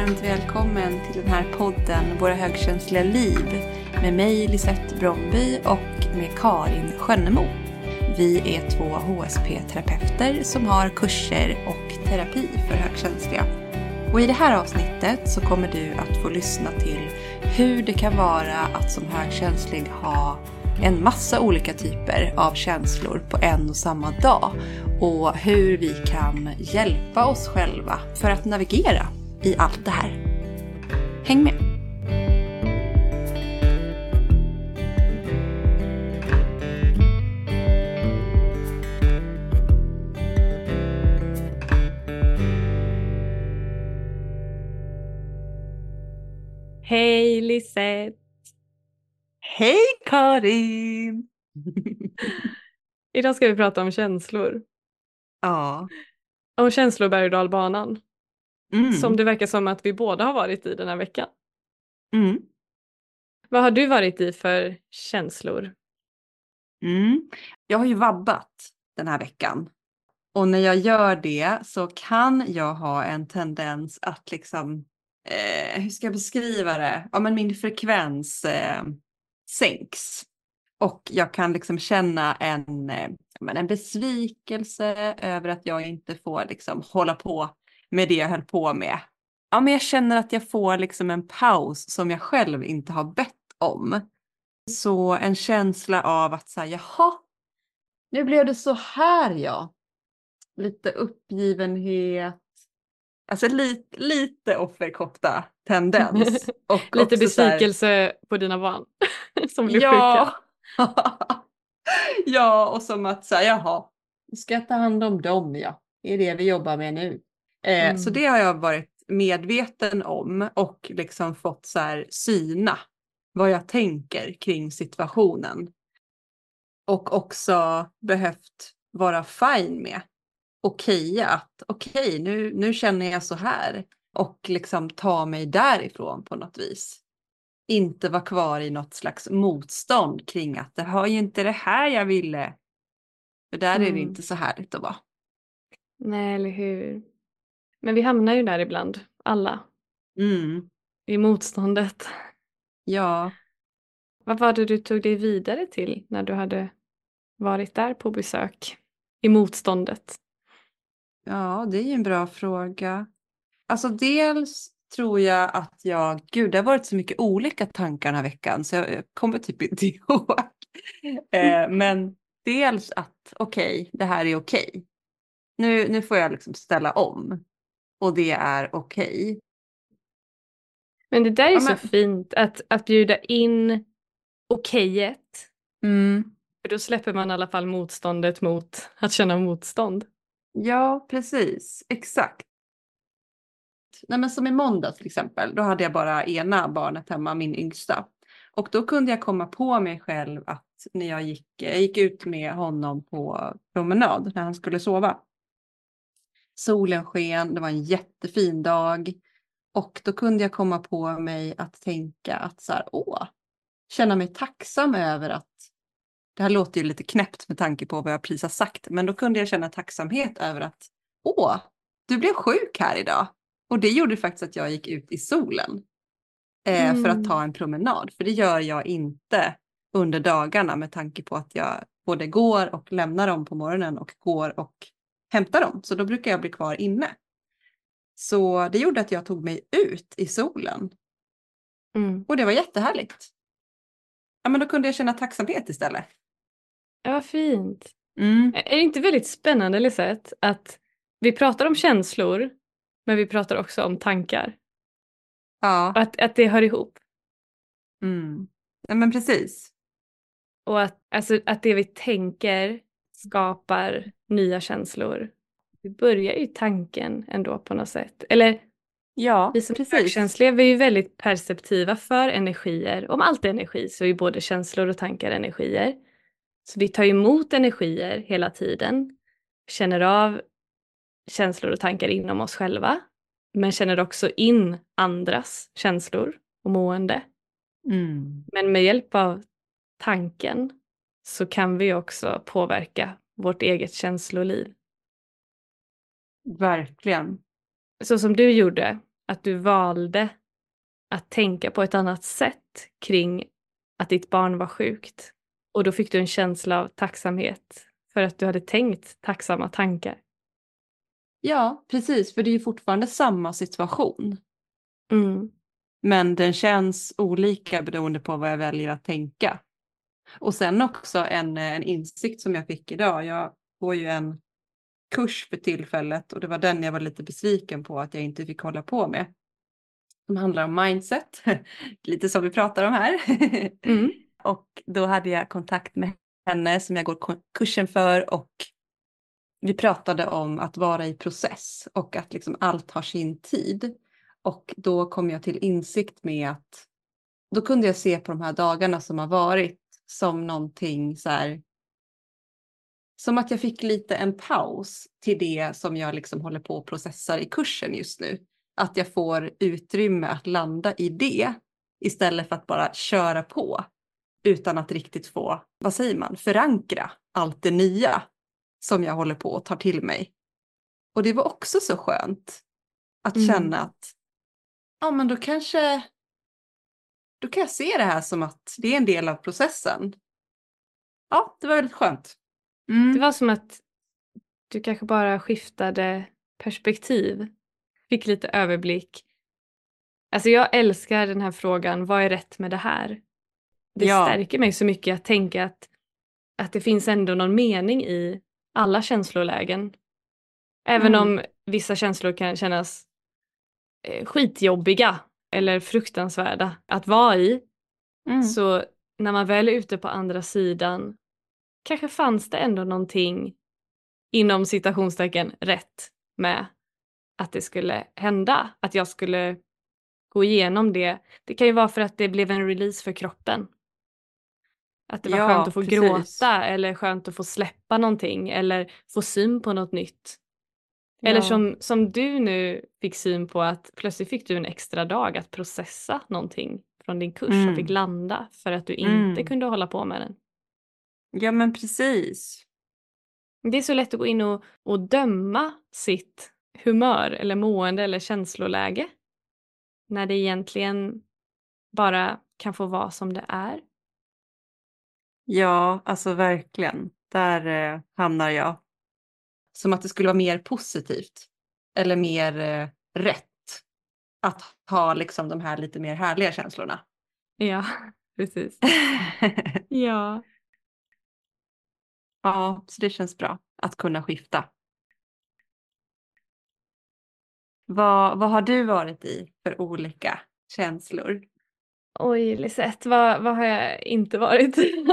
varmt välkommen till den här podden Våra högkänsliga liv med mig Lisette Bromby och med Karin Skönnemo. Vi är 2 HSP-terapeuter som har kurser och terapi för högkänsliga. Och i det här avsnittet så kommer du att få lyssna till hur det kan vara att som högkänslig ha en massa olika typer av känslor på en och samma dag. Och hur vi kan hjälpa oss själva för att navigera i allt det här. Häng med! Hej Lisette! Hej Karin! Idag ska vi prata om känslor. Ja. Om känslor berg- och dalbanan. Som Mm. det verkar som att vi båda har varit i den här veckan. Mm. Vad har du varit i för känslor? Jag har ju vabbat den här veckan. Och när jag gör det så kan jag ha en tendens att liksom, hur ska jag beskriva det? Ja, men min frekvens sänks. Och jag kan liksom känna en besvikelse över att jag inte får liksom hålla på med det jag höll på med. Ja, men jag känner att jag får liksom en paus som jag själv inte har bett om. Så en känsla av att säga, jaha, nu blev det så här ja. Lite uppgivenhet. Alltså lite offerkofta tendens. Och Lite också så här, besvikelse på dina barn som blir ja. sjuka. Ja, och som att säga, jaha, nu ska jag ta hand om dem, ja. Det är det vi jobbar med nu. Så det har jag varit medveten om och liksom fått så här syna vad jag tänker kring situationen. Och också behövt vara fine med. Okej, nu känner jag så här. Och liksom ta mig därifrån på något vis. Inte vara kvar i något slags motstånd kring att det har ju inte det här jag ville. För där är det inte så härligt att vara. Nej, eller hur? Men vi hamnar ju där ibland, alla. Mm. I motståndet. Ja. Vad var det du tog dig vidare till när du hade varit där på besök? I motståndet. Ja, det är ju en bra fråga. Alltså dels tror jag att det har varit så mycket olika tankar den här veckan så jag kommer typ inte ihåg. Men dels att okej, det här är okej. Nu får jag liksom ställa om och det är okej. Men det där är Ja, så fint att bjuda in okejet. För då släpper man i alla fall motståndet mot att känna motstånd. Ja, precis. Exakt. Nej, men som i måndag till exempel, då hade jag bara ena barnet hemma, min yngsta. Och då kunde jag komma på mig själv att när jag gick ut med honom på promenad när han skulle sova. Solen sken, det var en jättefin dag. Och då kunde jag komma på mig att tänka att så här, känna mig tacksam över att, det här låter ju lite knäppt med tanke på vad jag precis har sagt, men då kunde jag känna tacksamhet över att, du blev sjuk här idag. Och det gjorde faktiskt att jag gick ut i solen för att ta en promenad. För det gör jag inte under dagarna med tanke på att jag både går och lämnar dem på morgonen och går och hämtar dem. Så då brukar jag bli kvar inne. Så det gjorde att jag tog mig ut i solen. Och det var jättehärligt. Ja, men då kunde jag känna tacksamhet istället. Ja, vad fint. Är det inte väldigt spännande, Lisette, att vi pratar om känslor, men vi pratar också om tankar? Ja. Och att det hör ihop. Ja, men precis. Och att det vi tänker skapar nya känslor. Vi börjar ju tanken ändå på något sätt. Eller Ja, vi som är precis. högkänsliga, vi är ju väldigt perceptiva för energier. Om allt är energi så är ju både känslor och tankar energier. Så vi tar emot energier hela tiden. Känner av känslor och tankar inom oss själva. Men känner också in andras känslor och mående. Men med hjälp av tanken så kan vi också påverka vårt eget känsloliv. Verkligen. Så som du gjorde, att du valde att tänka på ett annat sätt kring att ditt barn var sjukt. Och då fick du en känsla av tacksamhet för att du hade tänkt tacksamma tankar. Ja, precis. För det är ju fortfarande samma situation. Mm. Men den känns olika beroende på vad jag väljer att tänka. Och sen också en insikt som jag fick idag. Jag går ju en kurs för tillfället och det var den jag var lite besviken på att jag inte fick hålla på med. Som handlar om mindset, lite som vi pratar om här. Mm. Och då hade jag kontakt med henne som jag går kursen för och vi pratade om att vara i process och att liksom allt har sin tid. Och då kom jag till insikt med att då kunde jag se på de här dagarna som har varit som någonting så här. Som att jag fick lite en paus till det som jag liksom håller på och processar i kursen just nu. Att jag får utrymme att landa i det istället för att bara köra på. Utan att riktigt få, vad säger man, förankra allt det nya som jag håller på och tar till mig. Och det var också så skönt att känna att ja men då kan jag se det här som att det är en del av processen. Ja, det var väldigt skönt. Det var som att du kanske bara skiftade perspektiv. Fick lite överblick. Alltså jag älskar den här frågan, vad är rätt med det här? Det Ja. stärker mig så mycket att tänka att det finns ändå någon mening i alla känslolägen. Även om vissa känslor kan kännas skitjobbiga eller fruktansvärda att vara i. Så när man väl är ute på andra sidan kanske fanns det ändå någonting inom citationstecken rätt med att det skulle hända. Att jag skulle gå igenom det. Det kan ju vara för att det blev en release för kroppen. Att det var skönt att få gråta eller skönt att få släppa någonting eller få syn på något nytt. Ja. Eller som du nu fick syn på att plötsligt fick du en extra dag att processa någonting från din kurs och fick landa för att du inte kunde hålla på med den. Ja men precis. Det är så lätt att gå in och döma sitt humör eller mående eller känsloläge. När det egentligen bara kan få vara som det är. Ja, alltså verkligen. Där hamnar jag. Som att det skulle vara mer positivt. Eller mer rätt. Att ha liksom de här lite mer härliga känslorna. Ja, precis. Ja. Ja, så det känns bra att kunna skifta. Vad har du varit i för olika känslor? Oj, Lisette, vad har jag inte varit?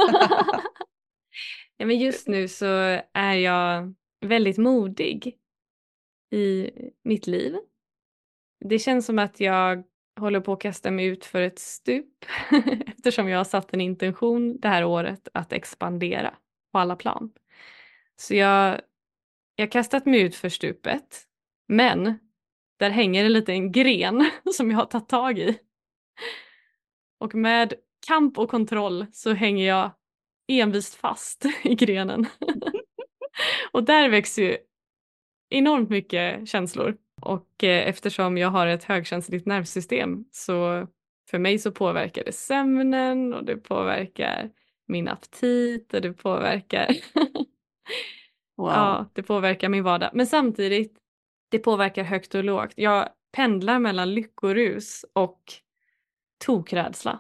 Ja, men just nu så är jag väldigt modig i mitt liv. Det känns som att jag håller på att kasta mig ut för ett stup eftersom jag har satt en intention det här året att expandera på alla plan. Så jag har kastat mig ut för stupet, men där hänger en liten gren som jag har tagit tag i. Och med kamp och kontroll så hänger jag envist fast i grenen. Och där växer ju enormt mycket känslor. Och eftersom jag har ett högkänsligt nervsystem så för mig så påverkar det sömnen och det påverkar min aptit och det påverkar Wow. ja, det påverkar min vardag. Men samtidigt, det påverkar högt och lågt. Jag pendlar mellan lyckorus och tokrädsla.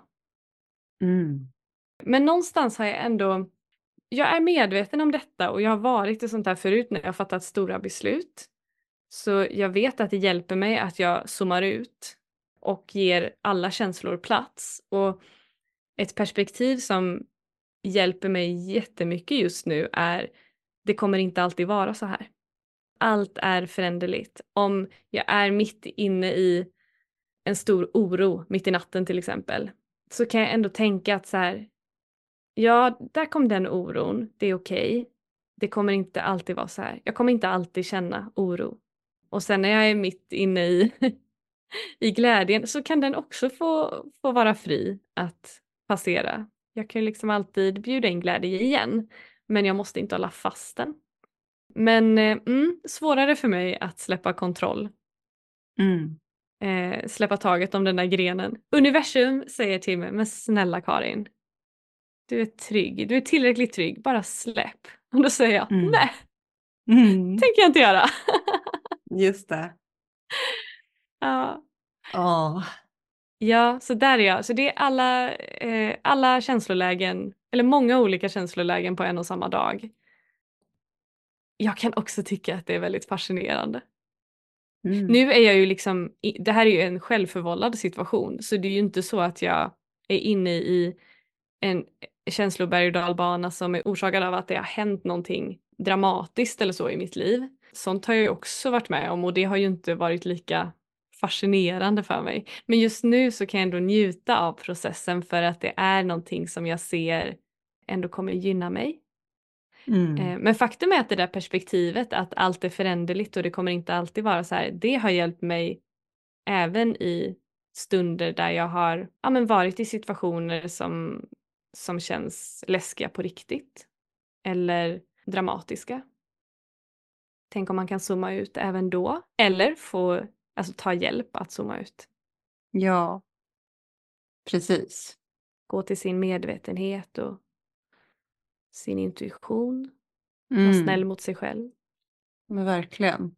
Men någonstans har jag ändå, jag är medveten om detta och jag har varit i sånt här förut när jag har fattat stora beslut. Så jag vet att det hjälper mig att jag zoomar ut och ger alla känslor plats. Och ett perspektiv som hjälper mig jättemycket just nu är det kommer inte alltid vara så här. Allt är föränderligt. Om jag är mitt inne i en stor oro mitt i natten till exempel så kan jag ändå tänka att så här, ja, där kom den oron, det är okej. Det kommer inte alltid vara så här. Jag kommer inte alltid känna oro. Och sen när jag är mitt inne i glädjen så kan den också få vara fri att passera. Jag kan ju liksom alltid bjuda in glädje igen, men jag måste inte hålla fast den. Men svårare för mig att släppa kontroll. släppa taget om den där grenen. Universum säger till mig, men snälla Karin, du är trygg, du är tillräckligt trygg, bara släpp. Och då säger jag, nej, tänker jag inte göra. Just det. Ja. Åh. Ja, så där är jag. Så det är alla känslolägen, eller många olika känslolägen på en och samma dag. Jag kan också tycka att det är väldigt fascinerande. Nu är jag ju liksom, det här är ju en självförvållad situation, så det är ju inte så att jag är inne i en känsloberg- och dalbana som är orsakad av att det har hänt någonting dramatiskt eller så i mitt liv. Sånt har jag ju också varit med om och det har ju inte varit lika fascinerande för mig. Men just nu så kan jag ändå njuta av processen för att det är någonting som jag ser ändå kommer gynna mig. Men faktum är att det där perspektivet att allt är föränderligt och det kommer inte alltid vara så här, det har hjälpt mig även i stunder där jag har varit i situationer som känns läskiga på riktigt eller dramatiska. Tänk om man kan zooma ut även då eller få ta hjälp att zooma ut. Ja, precis. Gå till sin medvetenhet och sin intuition. Vara snäll mot sig själv. Men verkligen.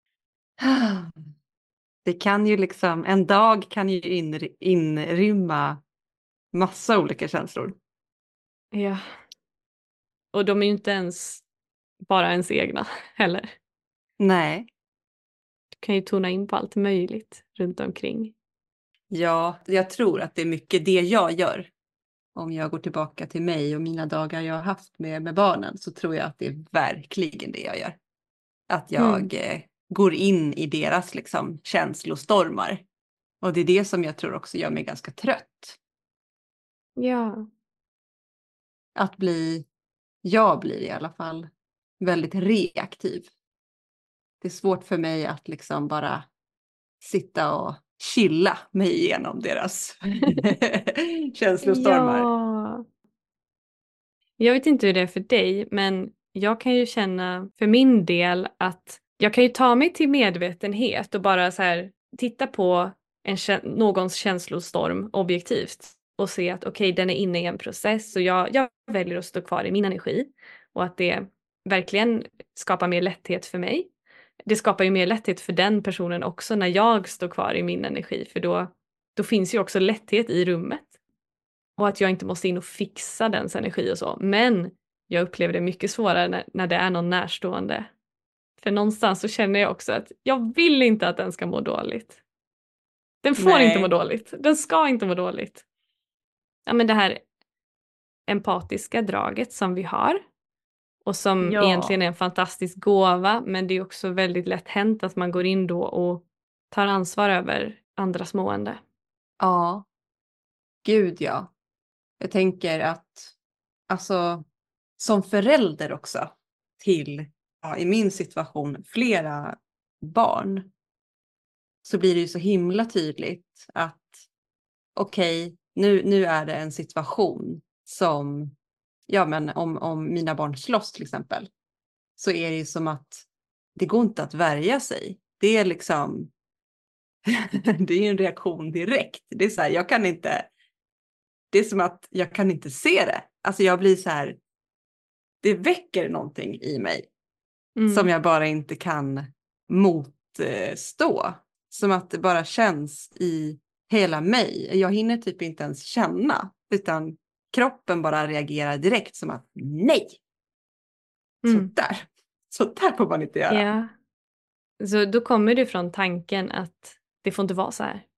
Det kan ju liksom, en dag kan ju inrymma massa olika känslor. Ja. Och de är ju inte ens bara ens egna heller. Nej. Du kan ju tona in på allt möjligt runt omkring. Ja, jag tror att det är mycket det jag gör. Om jag går tillbaka till mig och mina dagar jag har haft med barnen så tror jag att det är verkligen det jag gör. Att jag går in i deras liksom känslostormar. Och det är det som jag tror också gör mig ganska trött. Ja. Jag blir i alla fall väldigt reaktiv. Det är svårt för mig att liksom bara sitta och chilla mig igenom deras känslostormar. Ja. Jag vet inte hur det är för dig, men jag kan ju känna för min del att jag kan ju ta mig till medvetenhet och bara så här titta på någons känslostorm objektivt och se att okej, den är inne i en process och jag väljer att stå kvar i min energi och att det verkligen skapar mer lätthet för mig. Det skapar ju mer lätthet för den personen också när jag står kvar i min energi, för då finns ju också lätthet i rummet. Och att jag inte måste in och fixa dens energi och så. Men jag upplever det mycket svårare när det är någon närstående. För någonstans så känner jag också att jag vill inte att den ska må dåligt. Den får inte må dåligt. Den ska inte må dåligt. Ja, men det här empatiska draget som vi har. Och som egentligen är en fantastisk gåva. Men det är också väldigt lätt hänt att man går in då och tar ansvar över andras mående. Ja, gud ja. Jag tänker att alltså som förälder också till, i min situation, flera barn. Så blir det ju så himla tydligt att okej, nu är det en situation som, men om mina barn slåss till exempel. Så är det ju som att det går inte att värja sig. Det är liksom, det är en reaktion direkt. Det är så här, det är som att jag kan inte se det. Alltså jag blir så här, det väcker någonting i mig. Som jag bara inte kan motstå. Som att det bara känns i hela mig. Jag hinner typ inte ens känna. Utan kroppen bara reagerar direkt som att nej. Så där får man inte göra. Ja. Så då kommer det från tanken att det får inte vara så här.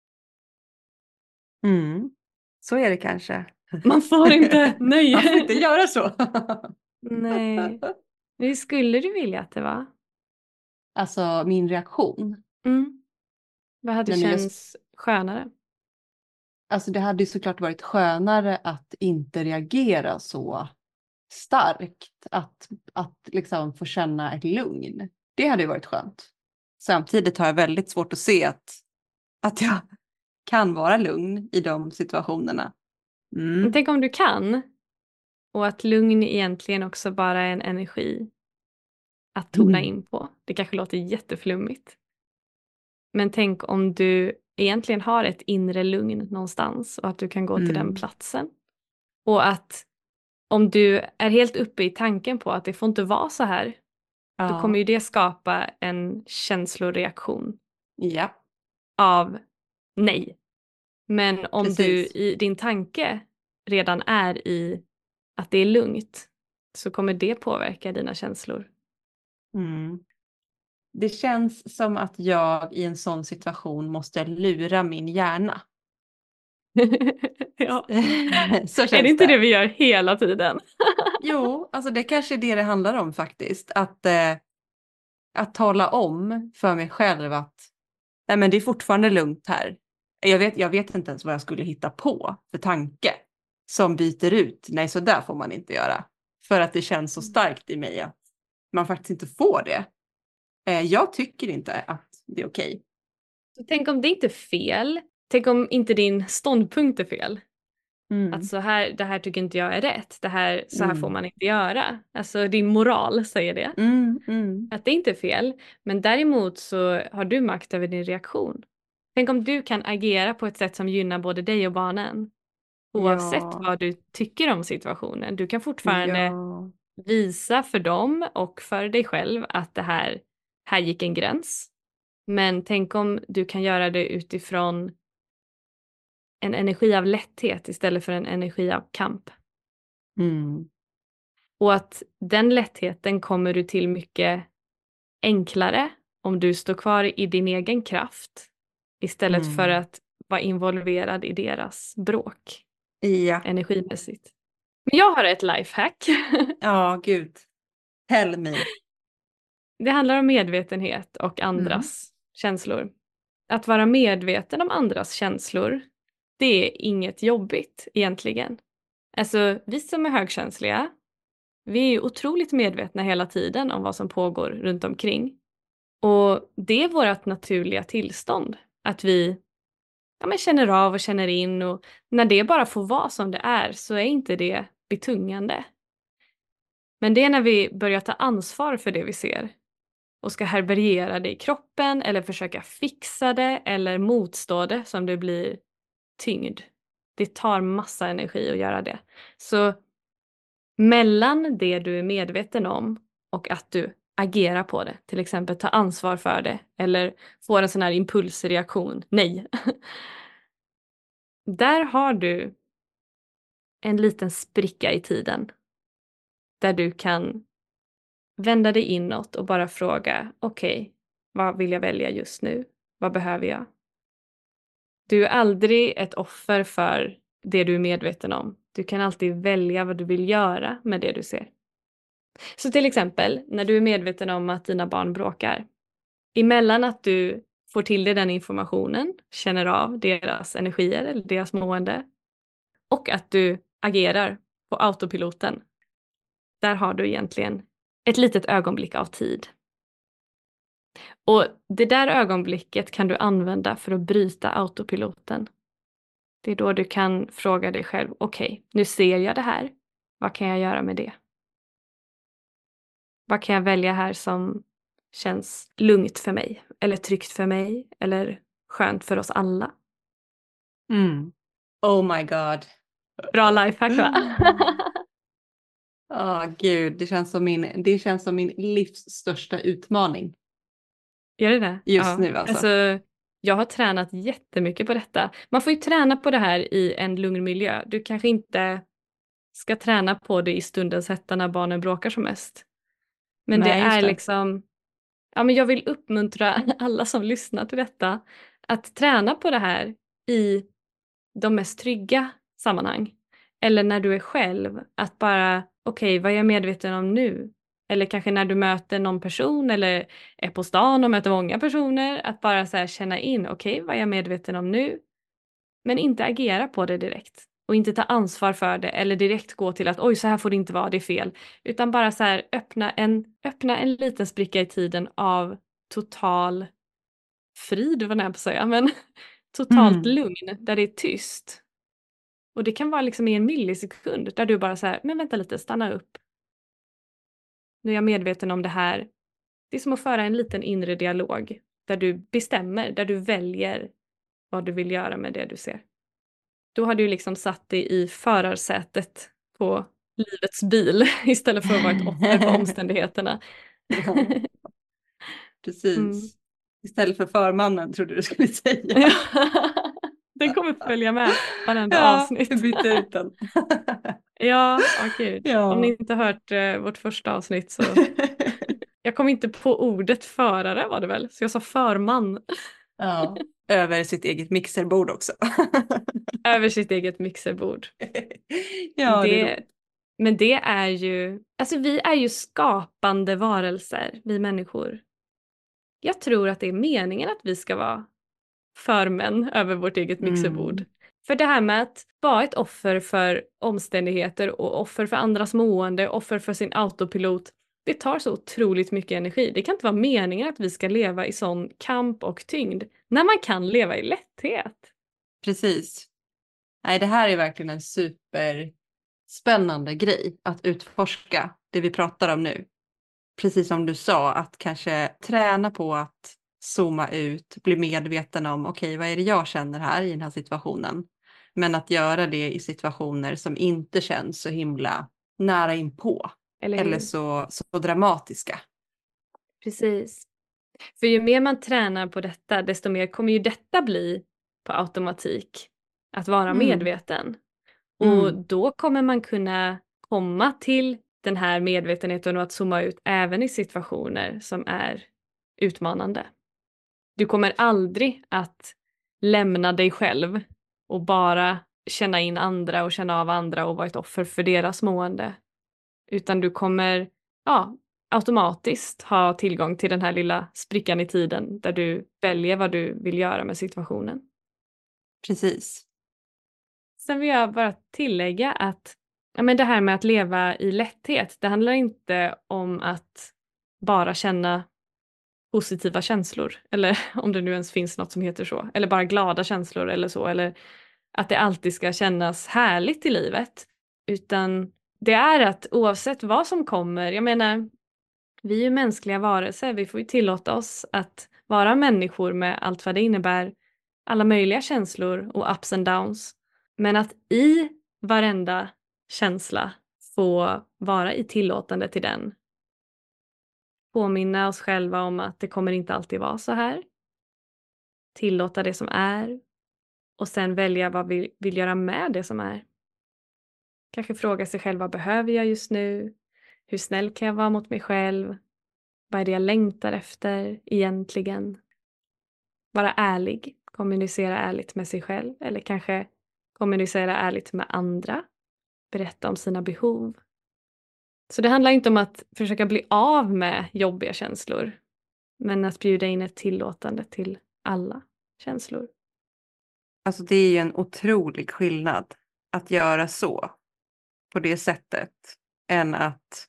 Så är det kanske. Man får inte, nej. Man får inte göra så. Nej. Hur skulle du vilja att det var? Alltså min reaktion. Vad hade känts skönare? Alltså det hade ju såklart varit skönare att inte reagera så starkt. Att liksom få känna ett lugn. Det hade ju varit skönt. Samtidigt har jag väldigt svårt att se att jag kan vara lugn i de situationerna. Men tänk om du kan. Och att lugn egentligen också bara är en energi att tona in på. Det kanske låter jätteflummigt. Men tänk om du egentligen har ett inre lugn någonstans och att du kan gå till den platsen. Och att om du är helt uppe i tanken på att det får inte vara så här, då kommer ju det skapa en känsloreaktion Ja, av nej. Men om du precis. i din tanke redan är i att det är lugnt, så kommer det påverka dina känslor. Det känns som att jag i en sån situation måste lura min hjärna. Ja. Så Är det känns inte det det. vi gör hela tiden? Jo, alltså det kanske är det det handlar om faktiskt. Att tala om för mig själv att nej, men det är fortfarande lugnt här. Jag vet inte ens vad jag skulle hitta på för tanke som byter ut. Nej, så där får man inte göra. För att det känns så starkt i mig att man faktiskt inte får det. Jag tycker inte att det är okej. Så tänk om det inte är fel. Tänk om inte din ståndpunkt är fel. Att det här tycker inte jag är rätt. Så här får man inte göra. Alltså din moral säger det. Att det inte är fel. Men däremot så har du makt över din reaktion. Tänk om du kan agera på ett sätt som gynnar både dig och barnen. Oavsett Ja, vad du tycker om situationen. Du kan fortfarande ja. visa för dem och för dig själv att här gick en gräns. Men tänk om du kan göra det utifrån en energi av lätthet istället för en energi av kamp. Och att den lättheten kommer du till mycket enklare om du står kvar i din egen kraft istället för att vara involverad i deras bråk Ja, energimässigt. Men jag har ett lifehack. ja, gud. Tell me. Det handlar om medvetenhet och andras känslor. Att vara medveten om andras känslor, det är inget jobbigt egentligen. Alltså vi som är högkänsliga, vi är ju otroligt medvetna hela tiden om vad som pågår runt omkring. Och det är vårt naturliga tillstånd. Att vi känner av och känner in, och när det bara får vara som det är så är inte det betungande. Men det är när vi börjar ta ansvar för det vi ser och ska härbärgera det i kroppen eller försöka fixa det eller motstå det som det blir tyngd. Det tar massa energi att göra det. Så mellan det du är medveten om och att du agerar på det, till exempel ta ansvar för det eller får en sån här impulsreaktion, nej. Där har du en liten spricka i tiden där du kan vända dig inåt och bara fråga, okej, vad vill jag välja just nu? Vad behöver jag? Du är aldrig ett offer för det du är medveten om. Du kan alltid välja vad du vill göra med det du ser. Så till exempel, när du är medveten om att dina barn bråkar. Emellan att du får till dig den informationen, känner av deras energier eller deras mående. Och att du agerar på autopiloten. Där har du egentligen ett litet ögonblick av tid. Och det där ögonblicket kan du använda för att bryta autopiloten. Det är då du kan fråga dig själv, okej, nu ser jag det här. Vad kan jag göra med det? Vad kan jag välja här som känns lugnt för mig? Eller tryggt för mig? Eller skönt för oss alla? Oh my god. Bra lifehack va? Gud, det känns som min livs största utmaning Gör det det? just Ja. nu alltså. Alltså, jag har tränat jättemycket på detta. Man får ju träna på det här i en lugn miljö. Du kanske inte ska träna på det i stundens hetta när barnen bråkar som mest. Men det Nej, just är det. liksom, men jag vill uppmuntra alla som lyssnar till detta att träna på det här i de mest trygga sammanhang. Eller när du är själv, att bara, okej, vad är jag medveten om nu? Eller kanske när du möter någon person eller är på stan och möter många personer, att bara så här känna in, okej, vad är jag medveten om nu? Men inte agera på det direkt. Och inte ta ansvar för det eller direkt gå till att oj, så här får det inte vara, det är fel. Utan bara så här öppna en liten spricka i tiden av total frid, vad jag på att säga, men totalt lugn där det är tyst. Och det kan vara liksom i en millisekund där du bara så här, men vänta lite, stanna upp. Nu är jag medveten om det här. Det är som att föra en liten inre dialog där du bestämmer, där du väljer vad du vill göra med det du ser. Då har du liksom satt dig i förarsätet på livets bil istället för att vara ett offer för omständigheterna. Ja, Mm. precis. Istället för förmannen trodde du skulle säga. Ja. Den kommer följa med varenda Ja, vi avsnitt. byter ut den. Ja, gud. Om ni Ja. inte har hört vårt första avsnitt så... Jag kom inte på ordet förare var det väl, så jag sa förman. Ja, över sitt eget mixerbord också. Över sitt eget mixerbord. Ja, det är Det, roligt. men det är ju... Alltså vi är ju skapande varelser, vi människor. Jag tror att det är meningen att vi ska vara förmän över vårt eget mixerbord. För det här med att vara ett offer för omständigheter och offer för andras mående, offer för sin autopilot, det tar så otroligt mycket energi. Det kan inte vara meningen att vi ska leva i sån kamp och tyngd när man kan leva i lätthet. Precis. Nej, det här är verkligen en superspännande grej att utforska, det vi pratar om nu. Precis som du sa, att kanske träna på att zooma ut, bli medveten om okej, vad är det jag känner här i den här situationen? Men att göra det i situationer som inte känns så himla nära inpå Eller eller hur? så dramatiska. Precis. För ju mer man tränar på detta, desto mer kommer ju detta bli på automatik. Att vara Mm. medveten. Och Mm. då kommer man kunna komma till den här medvetenheten och att zooma ut även i situationer som är utmanande. Du kommer aldrig att lämna dig själv och bara känna in andra och känna av andra och vara ett offer för deras mående. Utan du kommer automatiskt ha tillgång till den här lilla sprickan i tiden där du väljer vad du vill göra med situationen. Precis. Sen vill jag bara tillägga att men det här med att leva i lätthet, det handlar inte om att bara känna positiva känslor, eller om det nu ens finns något som heter så, eller bara glada känslor eller så, eller att det alltid ska kännas härligt i livet, utan det är att oavsett vad som kommer, jag menar, vi är ju mänskliga varelser, vi får ju tillåta oss att vara människor med allt vad det innebär, alla möjliga känslor och ups and downs. Men att i varenda känsla få vara i tillåtande till den. Påminna oss själva om att det kommer inte alltid vara så här. Tillåta det som är. Och sen välja vad vi vill göra med det som är. Kanske fråga sig själv, vad behöver jag just nu? Hur snäll kan jag vara mot mig själv? Vad är det jag längtar efter egentligen? Vara ärlig. Kommunicera ärligt med sig själv. Eller kanske kommunicera ärligt med andra. Berätta om sina behov. Så det handlar inte om att försöka bli av med jobbiga känslor. Men att bjuda in ett tillåtande till alla känslor. Alltså det är ju en otrolig skillnad att göra så på det sättet än att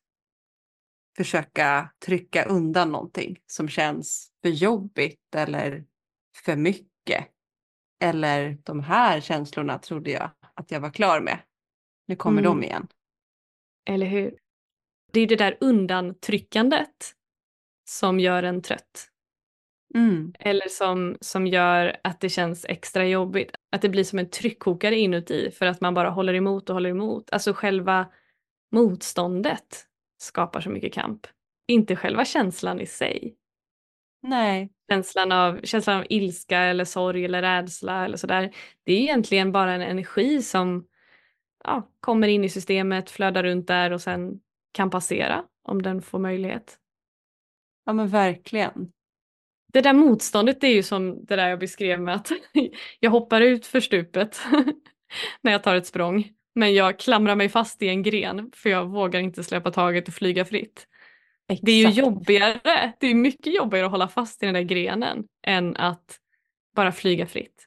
försöka trycka undan någonting som känns för jobbigt eller för mycket. Eller de här känslorna trodde jag att jag var klar med. Nu kommer de igen. Eller hur? Det är det där undantryckandet som gör en trött. Eller som gör att det känns extra jobbigt. Att det blir som en tryckkokare inuti för att man bara håller emot och håller emot. Alltså själva motståndet skapar så mycket kamp. Inte själva känslan i sig. Nej. Känslan av ilska eller sorg eller rädsla eller sådär. Det är egentligen bara en energi som kommer in i systemet, flödar runt där och sen kan passera om den får möjlighet. Ja men verkligen. Det där motståndet, det är ju som det där jag beskrev med att jag hoppar ut för stupet när jag tar ett språng. Men jag klamrar mig fast i en gren för jag vågar inte släppa taget och flyga fritt. Exakt. Det är ju jobbigare, det är mycket jobbigare att hålla fast i den där grenen än att bara flyga fritt.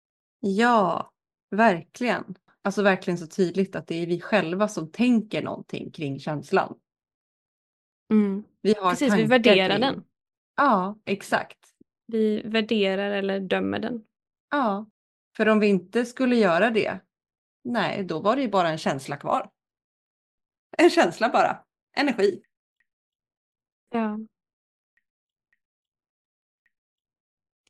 Ja, verkligen. Alltså verkligen så tydligt att det är vi själva som tänker någonting kring känslan. Vi har Precis, vi tankar värderar kring. den. Ja, exakt. Vi värderar eller dömer den. Ja, för om vi inte skulle göra det, nej, då var det ju bara en känsla kvar. En känsla bara. Energi. Ja.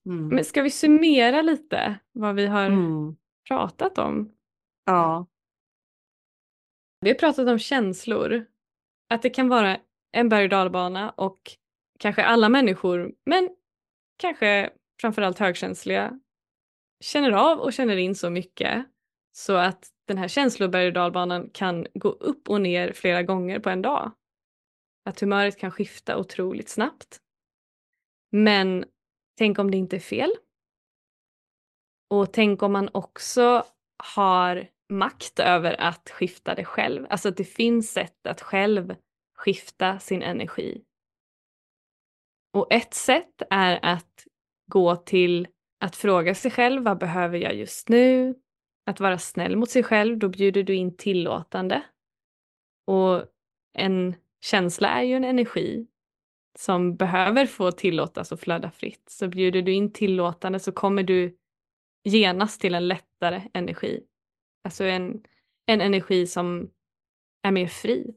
Men ska vi summera lite vad vi har pratat om? Ja. Vi har pratat om känslor. Att det kan vara en berg- och dalbana och kanske alla människor, men kanske framförallt högkänsliga, känner av och känner in så mycket så att den här känsloberg- och dalbanan kan gå upp och ner flera gånger på en dag. Att humöret kan skifta otroligt snabbt. Men tänk om det inte är fel. Och tänk om man också har makt över att skifta det själv. Alltså att det finns sätt att själv skifta sin energi. Och ett sätt är att gå till att fråga sig själv, vad behöver jag just nu? Att vara snäll mot sig själv, då bjuder du in tillåtande. Och en känsla är ju en energi som behöver få tillåtas och flöda fritt. Så bjuder du in tillåtande så kommer du genast till en lättare energi. Alltså en energi som är mer fri.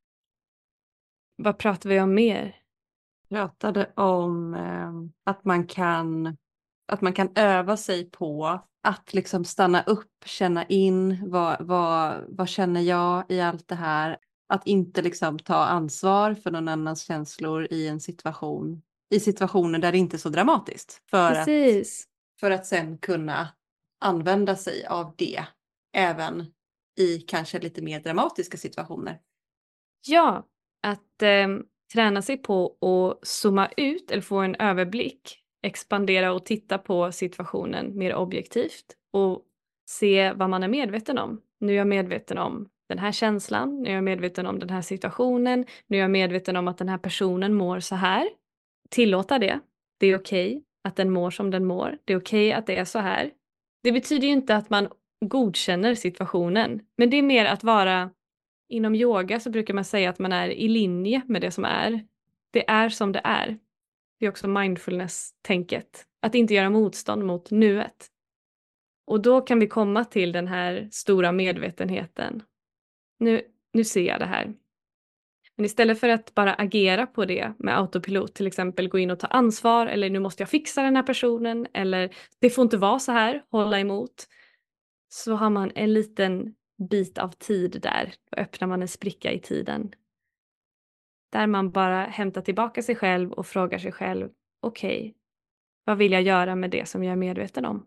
Vad pratar vi om mer? Pratade om att man kan öva sig på att liksom stanna upp, känna in vad känner jag i allt det här. Att inte liksom ta ansvar för någon annans känslor i en situation, i situationer där det inte är så dramatiskt. För att sen kunna använda sig av det även i kanske lite mer dramatiska situationer. Ja, att träna sig på att zooma ut eller få en överblick, expandera och titta på situationen mer objektivt och se vad man är medveten om. Nu är jag medveten om den här känslan, nu är jag medveten om den här situationen, nu är jag medveten om att den här personen mår så här. Tillåta det. Det är okej att den mår som den mår. Det är okej att det är så här. Det betyder ju inte att man godkänner situationen, men det är mer att vara. Inom yoga så brukar man säga att man är i linje med det som är. Det är som det är. Det är också mindfulness-tänket. Att inte göra motstånd mot nuet. Och då kan vi komma till den här stora medvetenheten. Nu ser jag det här. Men istället för att bara agera på det med autopilot, till exempel gå in och ta ansvar, eller nu måste jag fixa den här personen, eller det får inte vara så här, hålla emot. Så har man en liten bit av tid där. Då öppnar man en spricka i tiden. Där man bara hämtar tillbaka sig själv och frågar sig själv, okej, vad vill jag göra med det som jag är medveten om?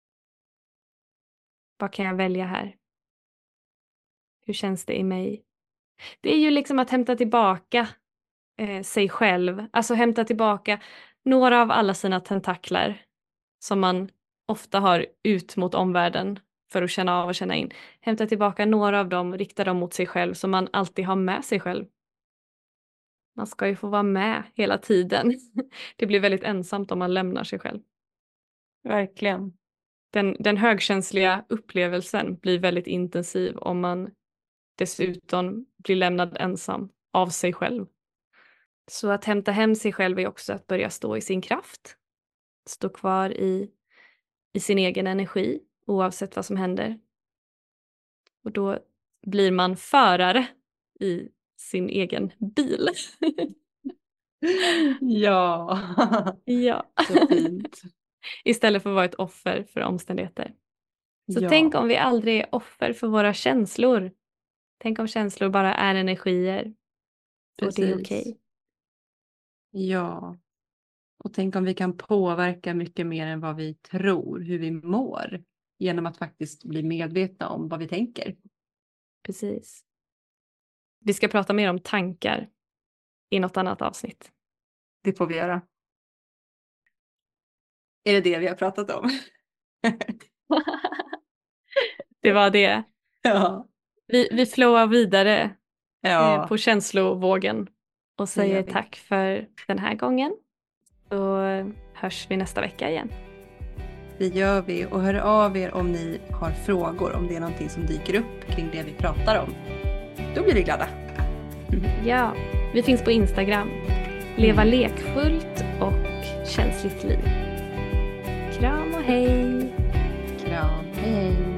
Vad kan jag välja här? Hur känns det i mig? Det är ju liksom att hämta tillbaka sig själv. Alltså hämta tillbaka några av alla sina tentakler som man ofta har ut mot omvärlden för att känna av och känna in. Hämta tillbaka några av dem, rikta dem mot sig själv som man alltid har med sig själv. Man ska ju få vara med hela tiden. Det blir väldigt ensamt om man lämnar sig själv. Verkligen. Den högkänsliga upplevelsen blir väldigt intensiv om man dessutom blir lämnad ensam av sig själv. Så att hämta hem sig själv är också att börja stå i sin kraft. Stå kvar i sin egen energi oavsett vad som händer. Och då blir man förare i sin egen bil. Ja. Ja. Så fint. Istället för att vara ett offer för omständigheter. Så Ja. tänk om vi aldrig är offer för våra känslor. Tänk om känslor bara är energier. Precis. Och det är okej. Ja. Och tänk om vi kan påverka mycket mer än vad vi tror, hur vi mår. Genom att faktiskt bli medvetna om vad vi tänker. Precis. Vi ska prata mer om tankar i något annat avsnitt. Det får vi göra. Är det vi har pratat om? Det var det. Ja. Vi flowar vidare Ja. på känslovågen och säger vi. tack för den här gången. Då hörs vi nästa vecka igen. Det gör vi, och hör av er om ni har frågor, om det är någonting som dyker upp kring det vi pratar om. Då blir vi glada. Ja, vi finns på Instagram. Leva lekfullt och känsligt liv. Kram och hej! Kram, hej!